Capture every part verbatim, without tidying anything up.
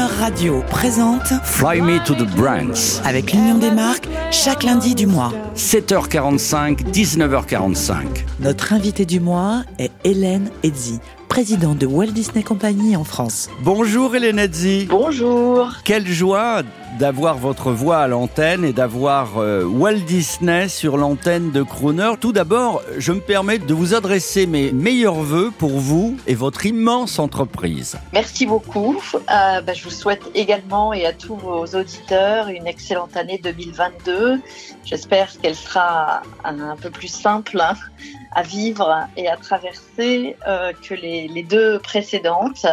Crooner Radio présente Fly Me to the Brands. avec l'Union des marques chaque lundi du mois. sept heures quarante-cinq, dix-neuf heures quarante-cinq. Notre invitée du mois est Hélène Edzi, présidente de Walt Disney Company en France. Bonjour Hélène Edzi. Bonjour. Quelle joie d'avoir votre voix à l'antenne et d'avoir euh, Walt Disney sur l'antenne de Crooner. Tout d'abord, je me permets de vous adresser mes meilleurs vœux pour vous et votre immense entreprise. Merci beaucoup. Euh, bah, je vous souhaite également et à tous vos auditeurs une excellente année deux mille vingt-deux. J'espère qu'elle sera un, un peu plus simple hein, à vivre et à traverser euh, que les, les deux précédentes.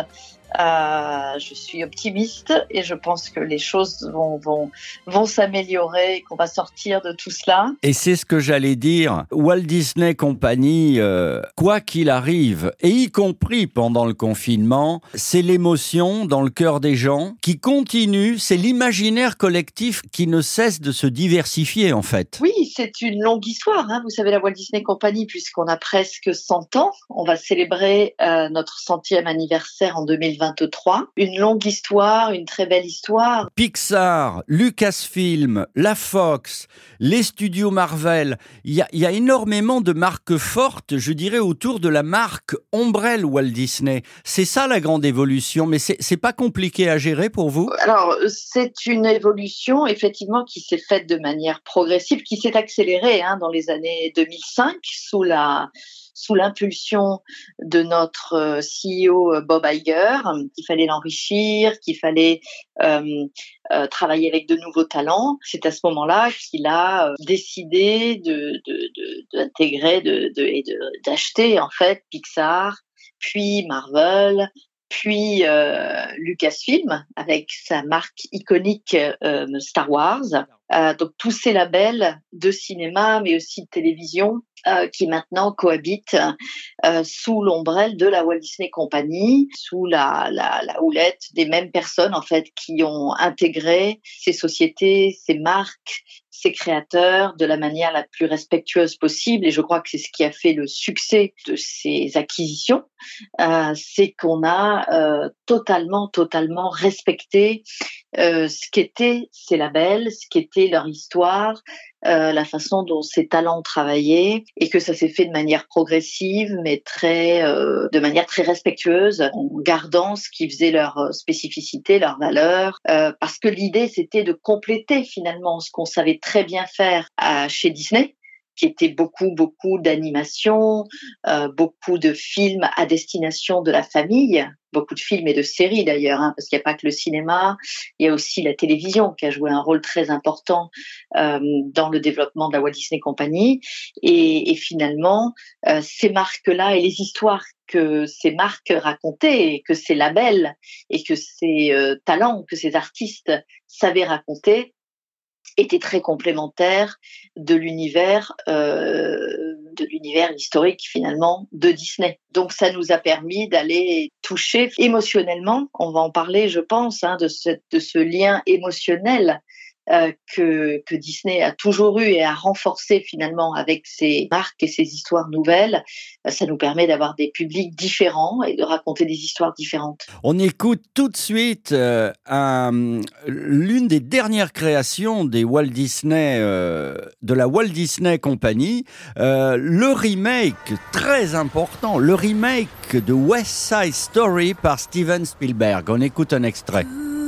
Euh, je suis optimiste et je pense que les choses vont, vont, vont s'améliorer et qu'on va sortir de tout cela. Et c'est ce que j'allais dire. Walt Disney Company, euh, quoi qu'il arrive, et y compris pendant le confinement, c'est l'émotion dans le cœur des gens qui continue, c'est l'imaginaire collectif qui ne cesse de se diversifier en fait. Oui, c'est une longue histoire. Hein. Vous savez, la Walt Disney Company, puisqu'on a presque cent ans, on va célébrer euh, notre centième anniversaire en deux mille vingt-trois. Une longue histoire, une très belle histoire. Pixar, Lucasfilm, la Fox, les studios Marvel, il y a, y a énormément de marques fortes, je dirais, autour de la marque ombrelle Walt Disney. C'est ça la grande évolution, mais c'est, c'est pas compliqué à gérer pour vous ? Alors, c'est une évolution, effectivement, qui s'est faite de manière progressive, qui s'est accélérée hein, dans les années deux mille cinq, sous la... sous l'impulsion de notre C E O Bob Iger, qu'il fallait l'enrichir, qu'il fallait euh, euh, travailler avec de nouveaux talents. C'est à ce moment-là qu'il a euh, décidé de, de, de, d'intégrer de, de, et de, d'acheter en fait Pixar, puis Marvel, puis euh, Lucasfilm avec sa marque iconique euh, Star Wars. Euh, donc tous ces labels de cinéma, mais aussi de télévision, euh, qui maintenant cohabitent euh, sous l'ombrelle de la Walt Disney Company, sous la, la, la houlette des mêmes personnes en fait qui ont intégré ces sociétés, ces marques, ces créateurs de la manière la plus respectueuse possible. Et je crois que c'est ce qui a fait le succès de ces acquisitions, euh, c'est qu'on a euh, totalement, totalement respecté euh, ce qu'étaient ces labels, ce qu'était leur histoire, euh, la façon dont ces talents travaillaient, et que ça s'est fait de manière progressive, mais très, euh, de manière très respectueuse, en gardant ce qui faisait leur spécificité, leur valeur, euh, parce que l'idée c'était de compléter finalement ce qu'on savait très bien faire à, chez Disney, qui était beaucoup, beaucoup d'animation, euh, beaucoup de films à destination de la famille, beaucoup de films et de séries d'ailleurs, hein, parce qu'il n'y a pas que le cinéma, il y a aussi la télévision qui a joué un rôle très important euh, dans le développement de la Walt Disney Company. Et, et finalement, euh, ces marques-là et les histoires que ces marques racontaient, et que ces labels et que ces euh, talents, que ces artistes savaient raconter, était très complémentaire de l'univers euh, de l'univers historique finalement de Disney. Donc ça nous a permis d'aller toucher émotionnellement, on va en parler je pense, hein, de, ce, de ce lien émotionnel euh, que, que Disney a toujours eu et a renforcé finalement avec ses marques et ses histoires nouvelles. Ça nous permet d'avoir des publics différents et de raconter des histoires différentes. On écoute tout de suite euh, un, l'une des dernières créations des Walt Disney, euh, de la Walt Disney Company, euh, le remake très important, le remake de West Side Story par Steven Spielberg. On écoute un extrait.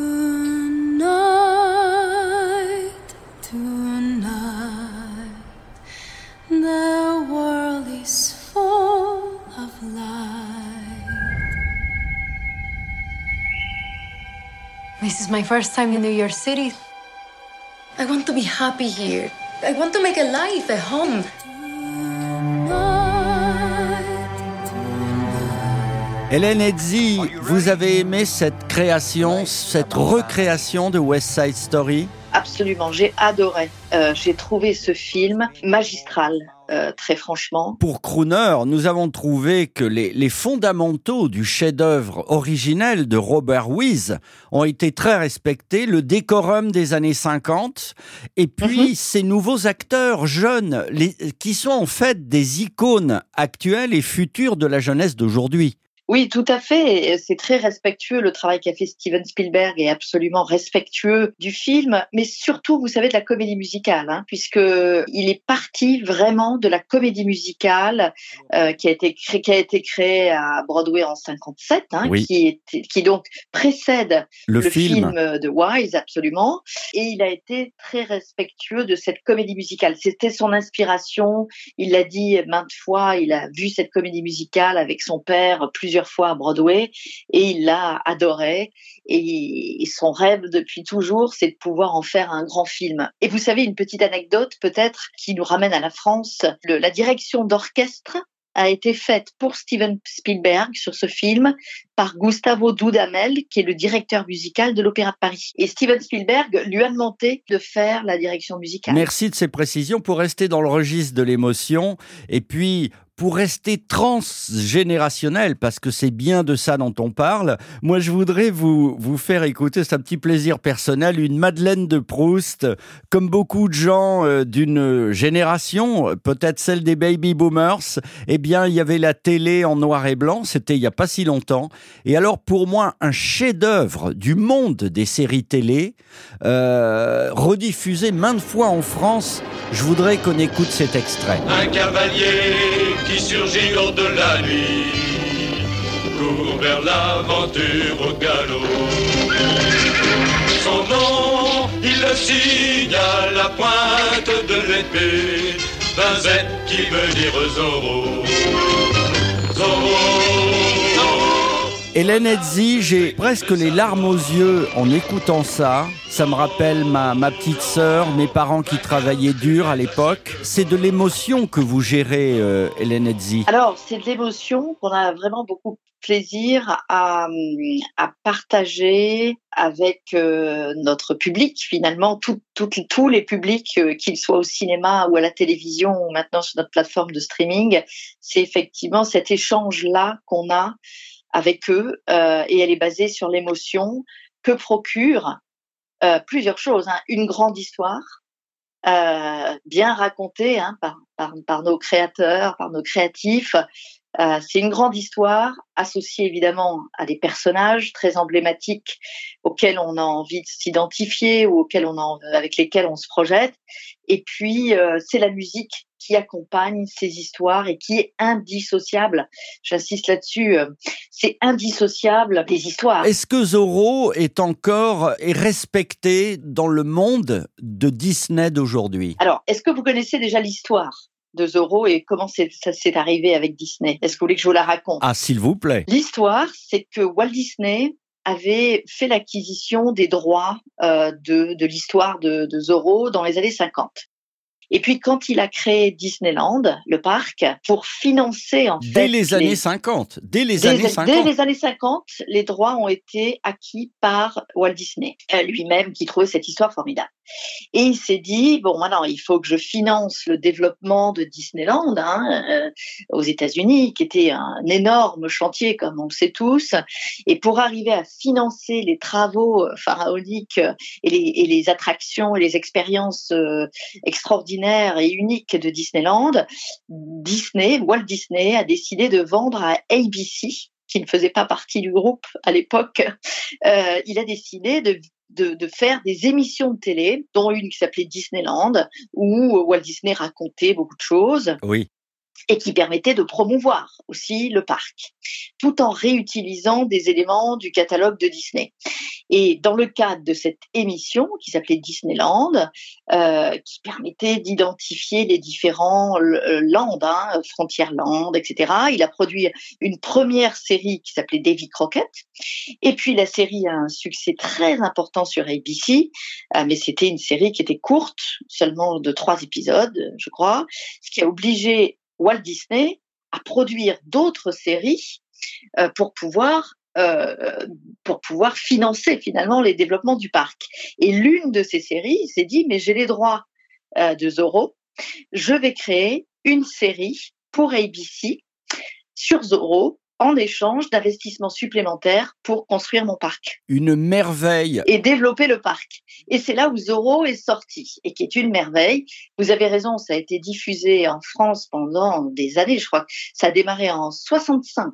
The world is full of light. This is my first time in New York City. I want to be happy here. I want to make a life, a home. Hélène Edzi, vous avez aimé cette création, cette recréation de West Side Story ? Absolument, j'ai adoré. Euh, j'ai trouvé ce film magistral, euh, très franchement. Pour Crooner, nous avons trouvé que les, les fondamentaux du chef-d'œuvre originel de Robert Wise ont été très respectés, le décorum des années cinquante, et puis mm-hmm. ces nouveaux acteurs jeunes, les, qui sont en fait des icônes actuelles et futures de la jeunesse d'aujourd'hui. Oui, tout à fait. C'est très respectueux. Le travail qu'a fait Steven Spielberg est absolument respectueux du film, mais surtout, vous savez, de la comédie musicale, hein, puisque il est parti vraiment de la comédie musicale euh, qui a été créée, qui a été créée à Broadway en cinquante-sept, hein, Oui. qui, est, qui donc précède Le, le film. film de Wise, absolument. Et il a été très respectueux de cette comédie musicale. C'était son inspiration. Il l'a dit maintes fois. Il a vu cette comédie musicale avec son père plusieurs fois à Broadway et il l'a adoré et son rêve depuis toujours, c'est de pouvoir en faire un grand film. Et vous savez, une petite anecdote peut-être qui nous ramène à la France, le, la direction d'orchestre a été faite pour Steven Spielberg sur ce film par Gustavo Dudamel, qui est le directeur musical de l'Opéra de Paris. Et Steven Spielberg lui a demandé de faire la direction musicale. Merci de ces précisions pour rester dans le registre de l'émotion et puis pour rester transgénérationnel, parce que c'est bien de ça dont on parle, moi je voudrais vous, vous faire écouter, c'est un petit plaisir personnel, une Madeleine de Proust. Comme beaucoup de gens euh, d'une génération, peut-être celle des baby boomers, eh bien il y avait la télé en noir et blanc, c'était il n'y a pas si longtemps. Et alors pour moi, un chef-d'œuvre du monde des séries télé, euh, rediffusé maintes fois en France, je voudrais qu'on écoute cet extrait. Un cavalier qui surgit hors de la nuit, court vers l'aventure au galop. Son nom, il le signe à la pointe de l'épée, d'un Z qui veut dire Zorro. Zorro, Zorro. Hélène Edzi, j'ai presque les larmes aux yeux en écoutant ça. Ça me rappelle ma, ma petite sœur, mes parents qui travaillaient dur à l'époque. C'est de l'émotion que vous gérez, euh, Hélène Edzi. Alors, c'est de l'émotion qu'on a vraiment beaucoup de plaisir à, à partager avec euh, notre public, finalement, tout, tout, tous les publics, euh, qu'ils soient au cinéma ou à la télévision ou maintenant sur notre plateforme de streaming. C'est effectivement cet échange-là qu'on a avec eux euh, et elle est basée sur l'émotion que procure euh, plusieurs choses. Hein. Une grande histoire, euh, bien racontée hein, par, par, par nos créateurs, par nos créatifs. Euh, c'est une grande histoire associée évidemment à des personnages très emblématiques auxquels on a envie de s'identifier ou auxquels on a, avec lesquels on se projette. Et puis, euh, c'est la musique qui accompagne ces histoires et qui est indissociable. J'insiste là-dessus, euh, c'est indissociable des histoires. Est-ce que Zorro est encore est respecté dans le monde de Disney d'aujourd'hui ? Alors, est-ce que vous connaissez déjà l'histoire de Zorro et comment c'est, ça s'est arrivé avec Disney ? Est-ce que vous voulez que je vous la raconte ? Ah, s'il vous plaît. L'histoire, c'est que Walt Disney avait fait l'acquisition des droits euh, de, de l'histoire de, de Zorro dans les années cinquante. Et puis, quand il a créé Disneyland, le parc, pour financer, en Dès fait... les, les années cinquante. Dès les dès, années cinquante. Dès les années cinquante, les droits ont été acquis par Walt Disney, euh, lui-même, qui trouvait cette histoire formidable. Et il s'est dit, bon, maintenant, il faut que je finance le développement de Disneyland, hein, euh, aux États-Unis, qui était un énorme chantier, comme on le sait tous. Et pour arriver à financer les travaux pharaoniques et les, et les attractions et les expériences euh, extraordinaires et uniques de Disneyland, Disney, Walt Disney a décidé de vendre à A B C, qui ne faisait pas partie du groupe à l'époque. Euh, il a décidé de De, de faire des émissions de télé, dont une qui s'appelait Disneyland, où Walt Disney racontait beaucoup de choses. Oui. Et qui permettait de promouvoir aussi le parc, tout en réutilisant des éléments du catalogue de Disney. Et dans le cadre de cette émission qui s'appelait Disneyland, euh, qui permettait d'identifier les différents euh, lands, hein, Frontierland, et cetera, il a produit une première série qui s'appelait Davy Crockett. Et puis la série a un succès très important sur A B C, euh, mais c'était une série qui était courte, seulement de trois épisodes, je crois, ce qui a obligé Walt Disney à produire d'autres séries euh, pour pouvoir euh, pour pouvoir financer finalement les développements du parc. Et l'une de ces séries, il s'est dit mais j'ai les droits euh, de Zorro, je vais créer une série pour A B C sur Zorro en échange d'investissements supplémentaires pour construire mon parc. Une merveille. Et développer le parc. Et c'est là où Zorro est sorti, et qui est une merveille. Vous avez raison, ça a été diffusé en France pendant des années, je crois. Ça a démarré en soixante-cinq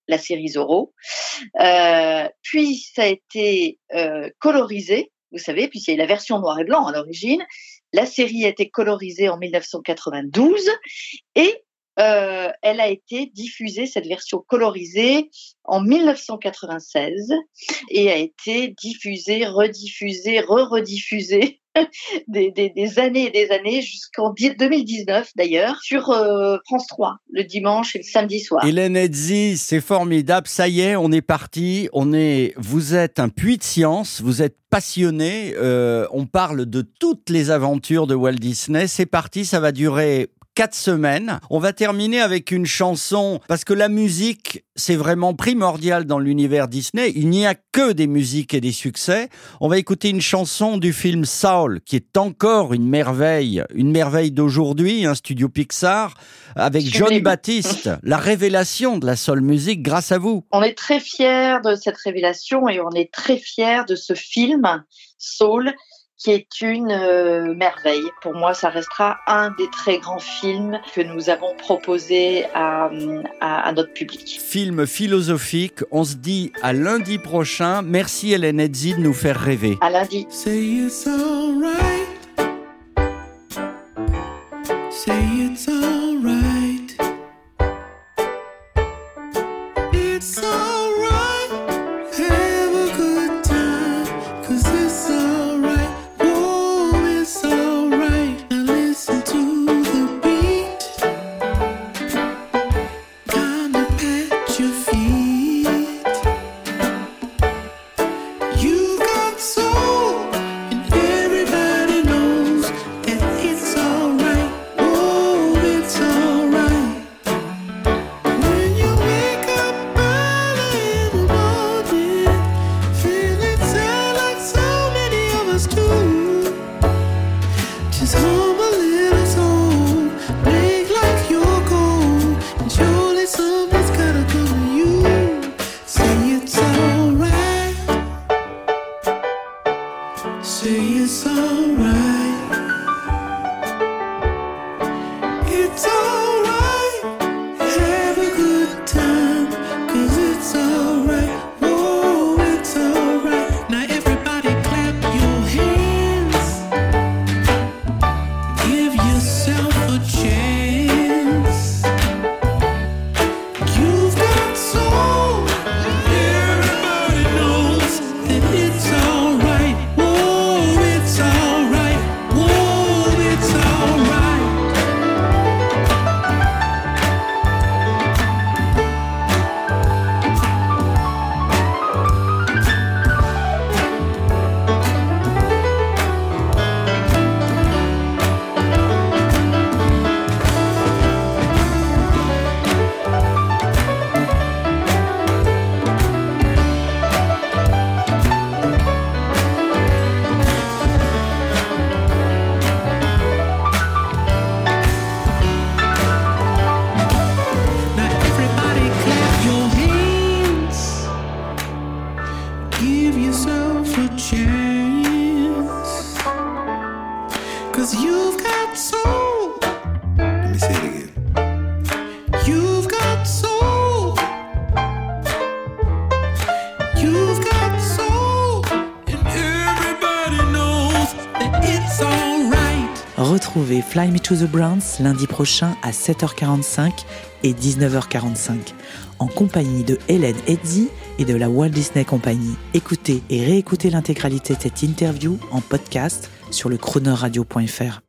la série Zorro. Euh, puis ça a été euh, colorisé, vous savez, puisqu'il y a eu la version noir et blanc à l'origine. La série a été colorisée en dix-neuf cent quatre-vingt-douze et euh, elle a été diffusée, cette version colorisée, en dix-neuf cent quatre-vingt-seize et a été diffusée, rediffusée, re-rediffusée des, des, des années et des années jusqu'en deux mille dix-neuf d'ailleurs sur euh, France trois le dimanche et le samedi soir. Hélène Edzi, c'est formidable, ça y est, on est parti, on est, vous êtes un puits de science, vous êtes passionné, euh, on parle de toutes les aventures de Walt Disney, c'est parti, ça va durer quatre semaines. On va terminer avec une chanson, parce que la musique, c'est vraiment primordial dans l'univers Disney. Il n'y a que des musiques et des succès. On va écouter une chanson du film Soul, qui est encore une merveille, une merveille d'aujourd'hui, un studio Pixar, avec John Baptiste, la révélation de la soul music grâce à vous. On est très fiers de cette révélation et on est très fiers de ce film Soul, qui est une euh, merveille. Pour moi, ça restera un des très grands films que nous avons proposé à, à, à notre public. Film philosophique. On se dit à lundi prochain. Merci Hélène Edzi de nous faire rêver. À lundi. Say it's all right. Say it's all right. It's all right. Have a good time, 'cause it's all right. Just home a little soul, make like you're cold, and surely something's gotta come to you. Say it's alright. Say it's alright. It's alright. Have a good time, 'cause it's alright. Oh, it's alright. Now everybody clap your hands. Give yourself a chance. You've got soul. Everybody knows that it's alright. Whoa, it's alright. Whoa, it's alright. Now everybody clap your hands. Give yourself a chance. 'Cause you've got soul. Let me say it again. You've got soul. You've got soul. And everybody knows that it's alright. Retrouvez Fly Me to the Browns lundi prochain à sept heures quarante-cinq et dix-neuf heures quarante-cinq en compagnie de Hélène Edzi et de la Walt Disney Company. Écoutez et réécoutez l'intégralité de cette interview en podcast sur le chrono radio point f r.